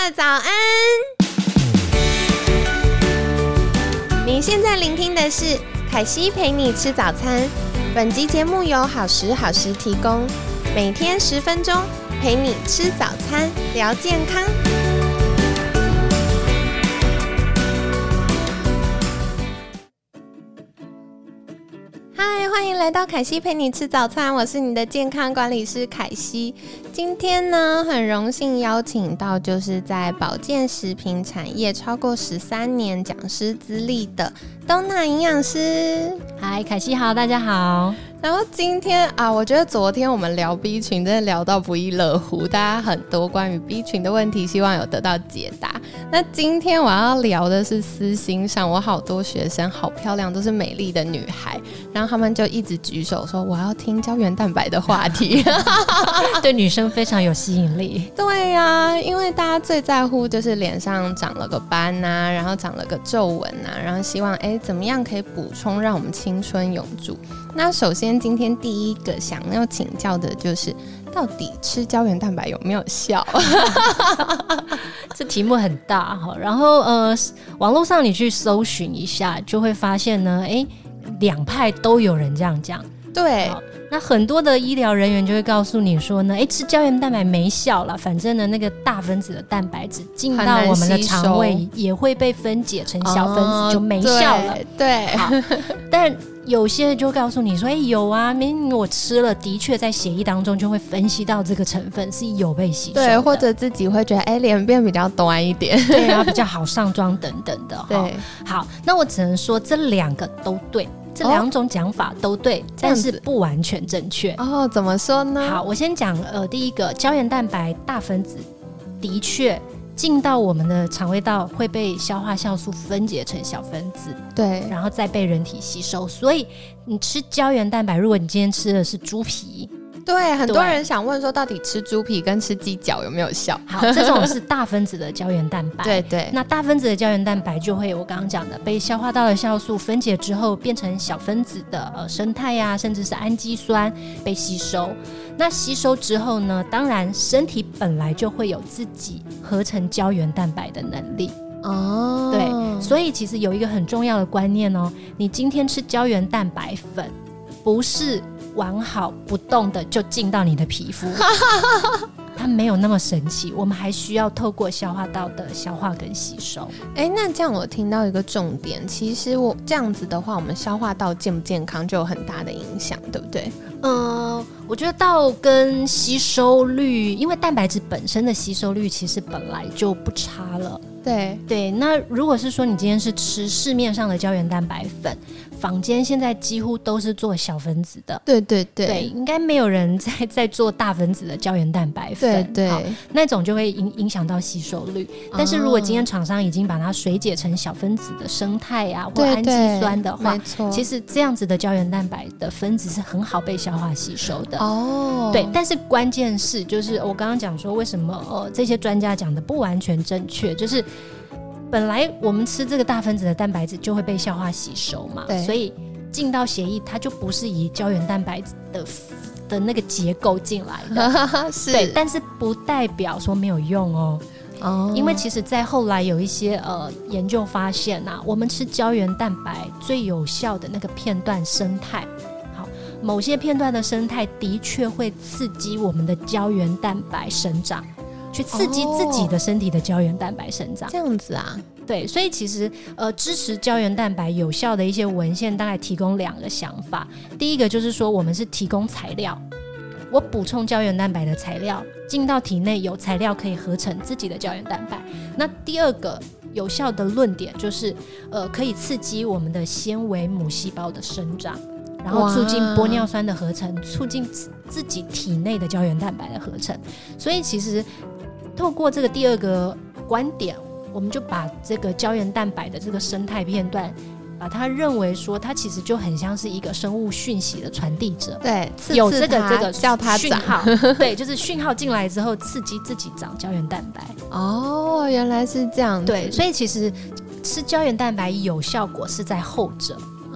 早安！你现在聆听的是凯西陪你吃早餐。本集节目由好时好时提供，每天10分钟陪你吃早餐，聊健康。嗨，欢迎来到凯西陪你吃早餐，我是你的健康管理师凯西。今天呢，很荣幸邀请到就是在保健食品产业超过13年讲师资历的东娜营养师。 嗨，凯西好，大家好。 然后今天啊，我觉得昨天我们聊 B 群真的聊到不亦乐乎，大家很多关于 B 群的问题希望有得到解答。那今天我要聊的是私心上，我好多学生好漂亮，都是美丽的女孩，然后他们就一直举手说我要听胶原蛋白的话题对女生非常有吸引力。 对啊，因为大家最在乎就是脸上长了个斑啊，然后长了个皱纹啊，然后希望怎么样可以补充让我们青春永驻。那首先今天第一个想要请教的就是到底吃胶原蛋白有没有效这题目很大，然后网络上你去搜寻一下就会发现呢，两派都有人这样讲。 对， 那很多的医疗人员就会告诉你说呢，吃胶原蛋白没效啦，反正呢那个大分子的蛋白质进到我们的肠胃也会被分解成小分子，就没效了。 对， 但有些人就告诉你说，有啊，我吃了，的确在血液当中就会分析到这个成分是有被吸收的， 对，或者自己会觉得脸变比较端一点， 对啊，比较好上妆等等的。 对， 好，那我只能说这两个都对。这两种讲法都对，但是不完全正确。 怎么说呢？ 好，我先讲第一个，胶原蛋白大分子的确进到我们的肠胃道会被消化酵素分解成小分子， 对， 然后再被人体吸收。所以你吃胶原蛋白，如果你今天吃的是猪皮， 对，很多人想问说到底吃猪皮跟吃鸡脚有没有效？ 好，这种是大分子的胶原蛋白对对， 那大分子的胶原蛋白就会我刚刚讲的被消化道的酵素分解之后变成小分子的生态啊，甚至是氨基酸被吸收。那吸收之后呢，当然身体本来就会有自己合成胶原蛋白的能力。对，所以其实有一个很重要的观念哦，你今天吃胶原蛋白粉不是完好不动的就进到你的皮肤它没有那么神奇，我们还需要透过消化道的消化跟吸收。 那这样我听到一个重点，其实我这样子的话，我们消化道健不健康就有很大的影响，对不对？ 我觉得道跟吸收率，因为蛋白质本身的吸收率其实本来就不差了。对，那如果是说你今天是吃市面上的胶原蛋白粉，坊间现在几乎都是做小分子的，对，应该没有人在做大分子的胶原蛋白粉，对，那种就会影响到吸收率。但是如果今天厂商已经把它水解成小分子的生态啊或氨基酸的话，其实这样子的胶原蛋白的分子是很好被消化吸收的。对，但是关键是就是我刚刚讲说为什么这些专家讲的不完全正确，就是本来我们吃这个大分子的蛋白质就会被消化吸收嘛，所以进到血液它就不是以胶原蛋白的那个结构进来的是， 对，但是不代表说没有用因为其实在后来有一些研究发现啊，我们吃胶原蛋白最有效的那个片段生态，某些片段的生态的确会刺激我们的胶原蛋白生长，去刺激自己的身体的胶原蛋白生长。 这样子啊？ 对，所以其实支持胶原蛋白有效的一些文献大概提供2个想法。第一个就是说我们是提供材料，我补充胶原蛋白的材料进到体内，有材料可以合成自己的胶原蛋白。那第2个有效的论点就是可以刺激我们的纤维母细胞的生长，然后促进玻尿酸的合成，促进自己体内的胶原蛋白的合成。所以其实透过这个第2个观点，我们就把这个胶原蛋白的这个生态片段把它认为说它其实就很像是一个生物讯息的传递者， 对， 有这个叫它讯号对，就是讯号进来之后刺激自己长胶原蛋白。 原来是这样子。 对，所以其实吃胶原蛋白有效果是在后者。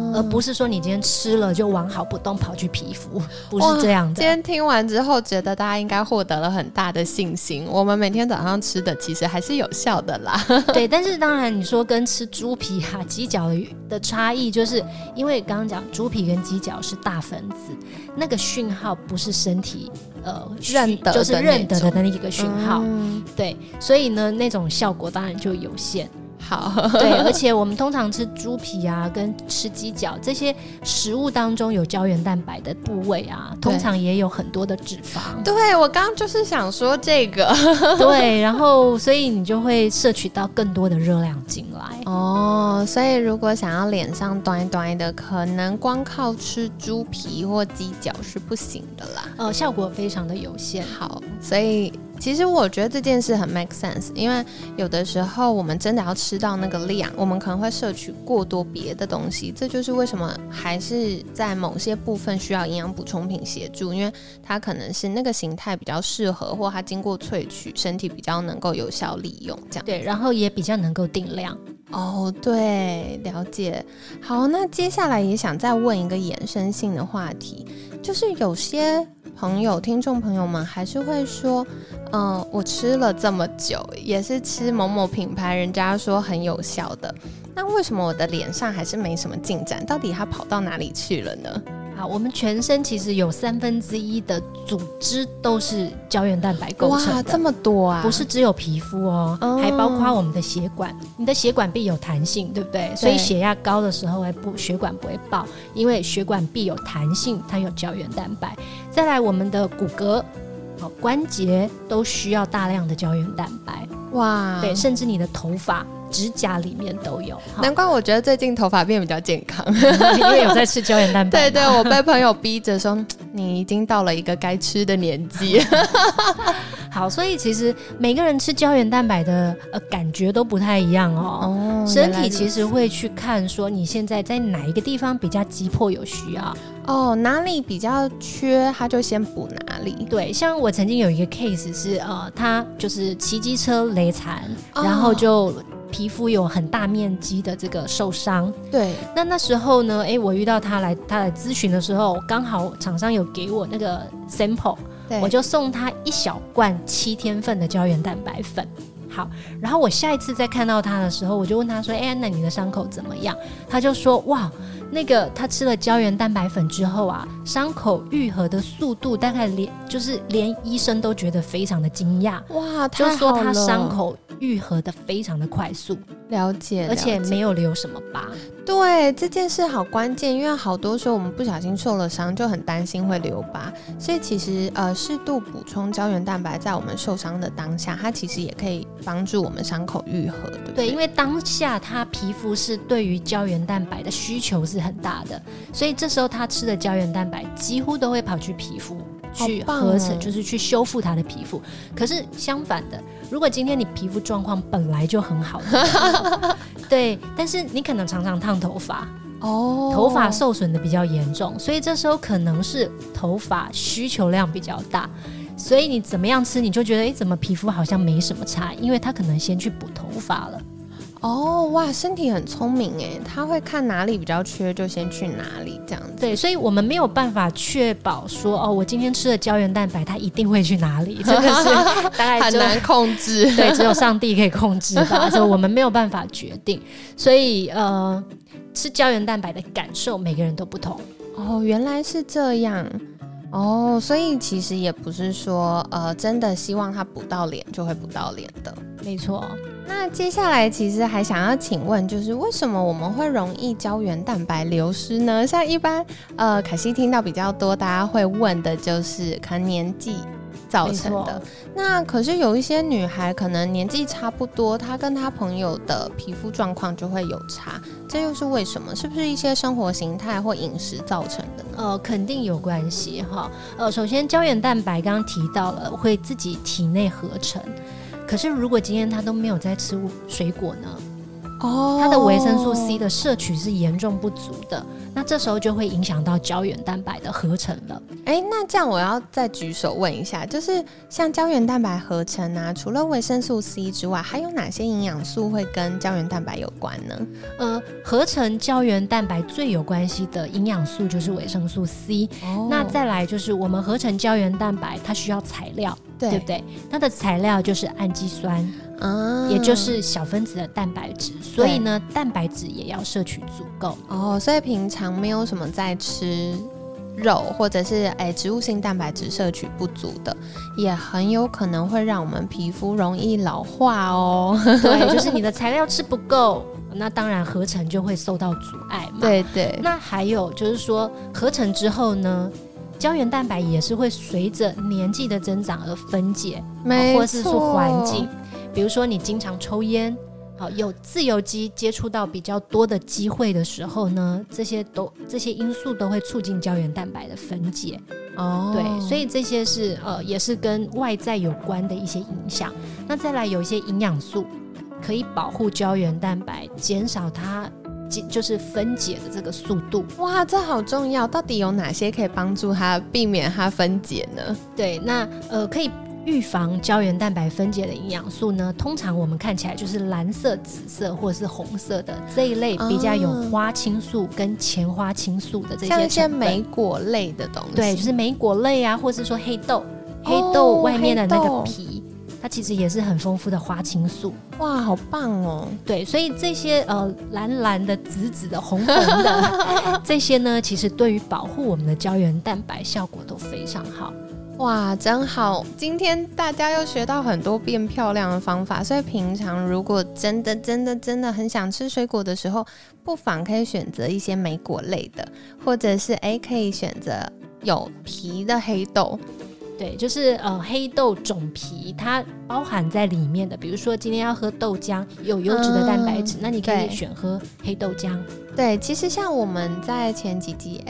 而不是说你今天吃了就完好不动跑去皮肤，不是这样的。 今天听完之后觉得大家应该获得了很大的信心，我们每天早上吃的其实还是有效的啦。 对，但是当然你说跟吃猪皮啊鸡脚的差异，就是因为刚刚讲猪皮跟鸡脚是大分子，那个讯号不是身体认得就是认得的那一个讯号，对，所以呢那种效果当然就有限。 好， 对，而且我们通常吃猪皮啊，跟吃鸡脚这些食物当中有胶原蛋白的部位啊，通常也有很多的脂肪。 对，我刚刚就是想说这个。 对，然后所以你就会摄取到更多的热量进来。 哦，所以如果想要脸上端端的，可能光靠吃猪皮或鸡脚是不行的啦。 效果非常的有限。 好，所以其实我觉得这件事很 make sense， 因为有的时候我们真的要吃到那个量，我们可能会摄取过多别的东西，这就是为什么还是在某些部分需要营养补充品协助，因为它可能是那个形态比较适合，或它经过萃取，身体比较能够有效利用这样。 对，然后也比较能够定量。 哦，对，了解。好，那接下来也想再问一个衍生性的话题，就是有些听众朋友们还是会说，我吃了这么久，也是吃某某品牌，人家说很有效的，那为什么我的脸上还是没什么进展？到底它跑到哪里去了呢？ 好，我们全身其实有1/3的组织都是胶原蛋白构成的。 哇，这么多啊！ 不是只有皮肤哦，还包括我们的血管。你的血管壁有弹性，对不对？所以血压高的时候血管不会爆，因为血管壁有弹性，它有胶原蛋白。再来，我们的骨骼、关节都需要大量的胶原蛋白。哇，对，甚至你的头发、指甲里面都有。 难怪我觉得最近头发变比较健康， 因为有在吃胶原蛋白。 对，我被朋友逼着说，你已经到了一个该吃的年纪。 好，所以其实每个人吃胶原蛋白的感觉都不太一样哦。身体其实会去看说你现在在哪一个地方比较急迫有需要。 哪里比较缺，他就先补哪里。 对，像我曾经有一个 case 是他就是骑机车雷残，然后就皮肤有很大面积的这个受伤。 对， 那时候呢，我遇到他来咨询的时候，刚好厂商有给我那个 sample， 我就送他1小罐7天份的胶原蛋白粉。好，然后我下一次再看到他的时候，我就问他说：“那你的伤口怎么样？”他就说：“哇，那个他吃了胶原蛋白粉之后啊，伤口愈合的速度大概连医生都觉得非常的惊讶。 哇， 就说他伤口愈合的非常的快速。” 了解， 而且没有留什么疤。 对，这件事好关键，因为好多时候我们不小心受了伤，就很担心会留疤，所以其实适度补充胶原蛋白，在我们受伤的当下，它其实也可以帮助我们伤口愈合，对不对？ 对，因为当下他皮肤是对于胶原蛋白的需求是很大的，所以这时候他吃的胶原蛋白几乎都会跑去皮肤去合成，就是去修复他的皮肤。可是相反的，如果今天你皮肤状况本来就很好的对，但是你可能常常烫头发，头发受损的比较严重，所以这时候可能是头发需求量比较大，所以你怎么样吃你就觉得怎么皮肤好像没什么差，因为他可能先去补头发了。 哇，身体很聪明耶，他会看哪里比较缺就先去哪里这样子。 对，所以我们没有办法确保说我今天吃了胶原蛋白它一定会去哪里，这个是大概很难控制。 对，只有上帝可以控制吧，所以我们没有办法决定。所以吃胶原蛋白的感受每个人都不同。 原来是这样。所以其实也不是说真的希望它补到脸就会补到脸的。 没错。 那接下来其实还想要请问，就是为什么我们会容易胶原蛋白流失呢？像一般凯西听到比较多大家会问的就是可能年纪造成的，那可是有一些女孩可能年纪差不多，她跟她朋友的皮肤状况就会有差，这又是为什么？是不是一些生活形态或饮食造成的呢？ 肯定有关系哈。首先胶原蛋白刚刚提到了会自己体内合成，可是如果今天他都没有在吃水果呢， 它的维生素 C 的摄取是严重不足的，那这时候就会影响到胶原蛋白的合成了。 那这样我要再举手问一下，就是像胶原蛋白合成啊，除了维生素 C 之外，还有哪些营养素会跟胶原蛋白有关呢？ 合成胶原蛋白最有关系的营养素就是维生素 C。那再来就是我们合成胶原蛋白，它需要材料，对不对？它的材料就是氨基酸。也就是小分子的蛋白质，所以呢，蛋白质也要摄取足够。 所以平常没有什么在吃肉，或者是植物性蛋白质摄取不足的，也很有可能会让我们皮肤容易老化哦。 对，就是你的材料吃不够，那当然合成就会受到阻碍嘛。 对。 那还有就是说，合成之后呢，胶原蛋白也是会随着年纪的增长而分解，或者是说环境。比如说你经常抽烟，有自由基接触到比较多的机会的时候呢，这些因素都会促进胶原蛋白的分解。对，所以这些是也是跟外在有关的一些影响。那再来有一些营养素可以保护胶原蛋白，减少它就是分解的这个速度。 哇，这好重要！到底有哪些可以帮助它避免它分解呢？ 对，那可以预防胶原蛋白分解的营养素呢，通常我们看起来就是蓝色、紫色或是红色的这一类比较有花青素跟前花青素的这些成分， 像一些莓果类的东西。 对，就是莓果类啊，或是说黑豆外面的那个皮，它其实也是很丰富的花青素。 哇，好棒哦！ 对，所以这些蓝蓝的、紫紫的、红红的这些呢，其实对于保护我们的胶原蛋白效果都非常好。 哇，真好！今天大家又学到很多变漂亮的方法，所以平常如果真的很想吃水果的时候，不妨可以选择一些莓果类的，或者是可以选择有皮的黑豆。 对，就是黑豆种皮它包含在里面的，比如说今天要喝豆浆，有优质的蛋白质，那你可以选喝黑豆浆。 对，其实像我们在前几集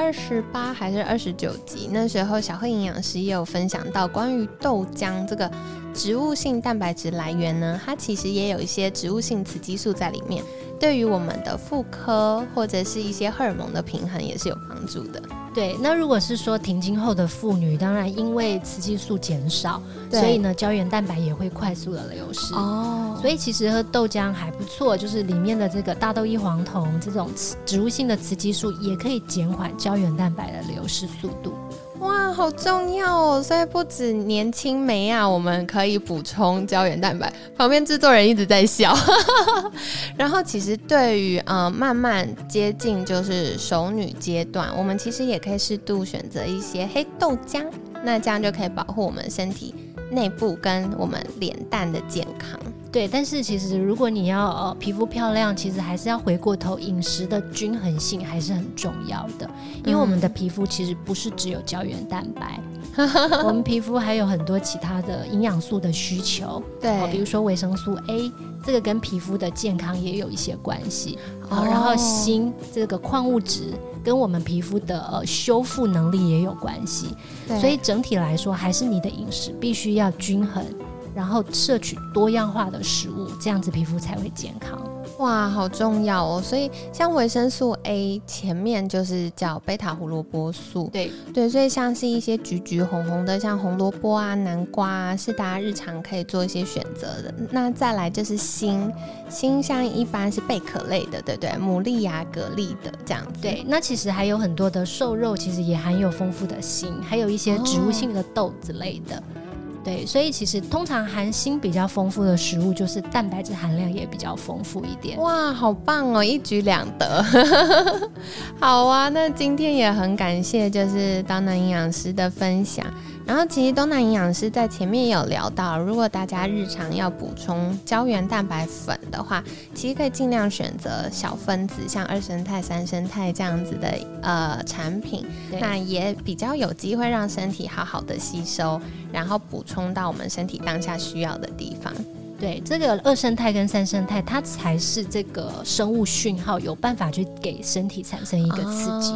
28还是29集，那时候小慧营养师也有分享到关于豆浆这个植物性蛋白质来源呢，它其实也有一些植物性雌激素在里面，对于我们的妇科或者是一些荷尔蒙的平衡也是有帮助的。 对，那如果是说停经后的妇女，当然因为雌激素减少，所以呢胶原蛋白也会快速的流失。所以其实喝豆浆还不错，就是里面的这个大豆异黄酮这种植物性的雌激素也可以减缓胶原蛋白的流失速度。 哇，好重要哦！所以不止年轻美啊，我们可以补充胶原蛋白。旁边制作人一直在笑。然后其实对于慢慢接近就是熟女阶段，我们其实也可以适度选择一些黑豆浆，那这样就可以保护我们身体内部跟我们脸蛋的健康。 对，但是其实如果你要皮肤漂亮，其实还是要回过头，饮食的均衡性还是很重要的，因为我们的皮肤其实不是只有胶原蛋白，我们皮肤还有很多其他的营养素的需求。对，比如说维生素 A， 这个跟皮肤的健康也有一些关系。然后锌这个矿物质跟我们皮肤的修复能力也有关系，所以整体来说还是你的饮食必须要均衡，然后摄取多样化的食物，这样子皮肤才会健康。 哇，好重要哦！所以像维生素 A 前面就是叫贝塔胡萝卜素，对，所以像是一些橘红红的，像红萝卜啊、南瓜啊，是大家日常可以做一些选择的。那再来就是锌像一般是贝壳类的，对不对？牡蛎呀、蛤蜊的这样子。 对，那其实还有很多的瘦肉，其实也含有丰富的锌，还有一些植物性的豆之类的。对，所以其实通常含锌比较丰富的食物，就是蛋白质含量也比较丰富一点。 哇，好棒哦，一举两得。好啊，那今天也很感谢就是Donna营养师的分享。然后其实Donna营养师在前面也有聊到，如果大家日常要补充胶原蛋白粉的话，其实可以尽量选择小分子，像2胜肽、3胜肽这样子的产品，那也比较有机会让身体好好的吸收，然后补充到我们身体当下需要的地方。 对，这个2胜肽跟3胜肽，它才是这个生物讯号有办法去给身体产生一个刺激的。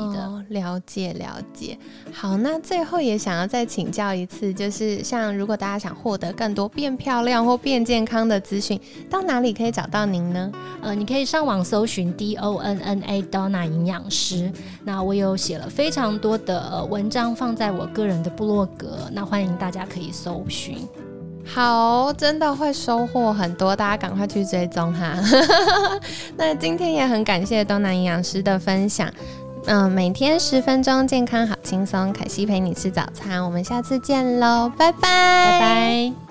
了解。好，那最后也想要再请教一次，就是像如果大家想获得更多变漂亮或变健康的资讯，到哪里可以找到您呢？ 你可以上网搜寻 DONNA Donna 营养师，那我有写了非常多的文章放在我个人的部落格，那欢迎大家可以搜寻。 好，真的会收获很多，大家赶快去追踪哈。那今天也很感谢Donna营养师的分享。每天10分钟，健康好轻松，凯西陪你吃早餐，我们下次见喽，拜拜， 拜拜。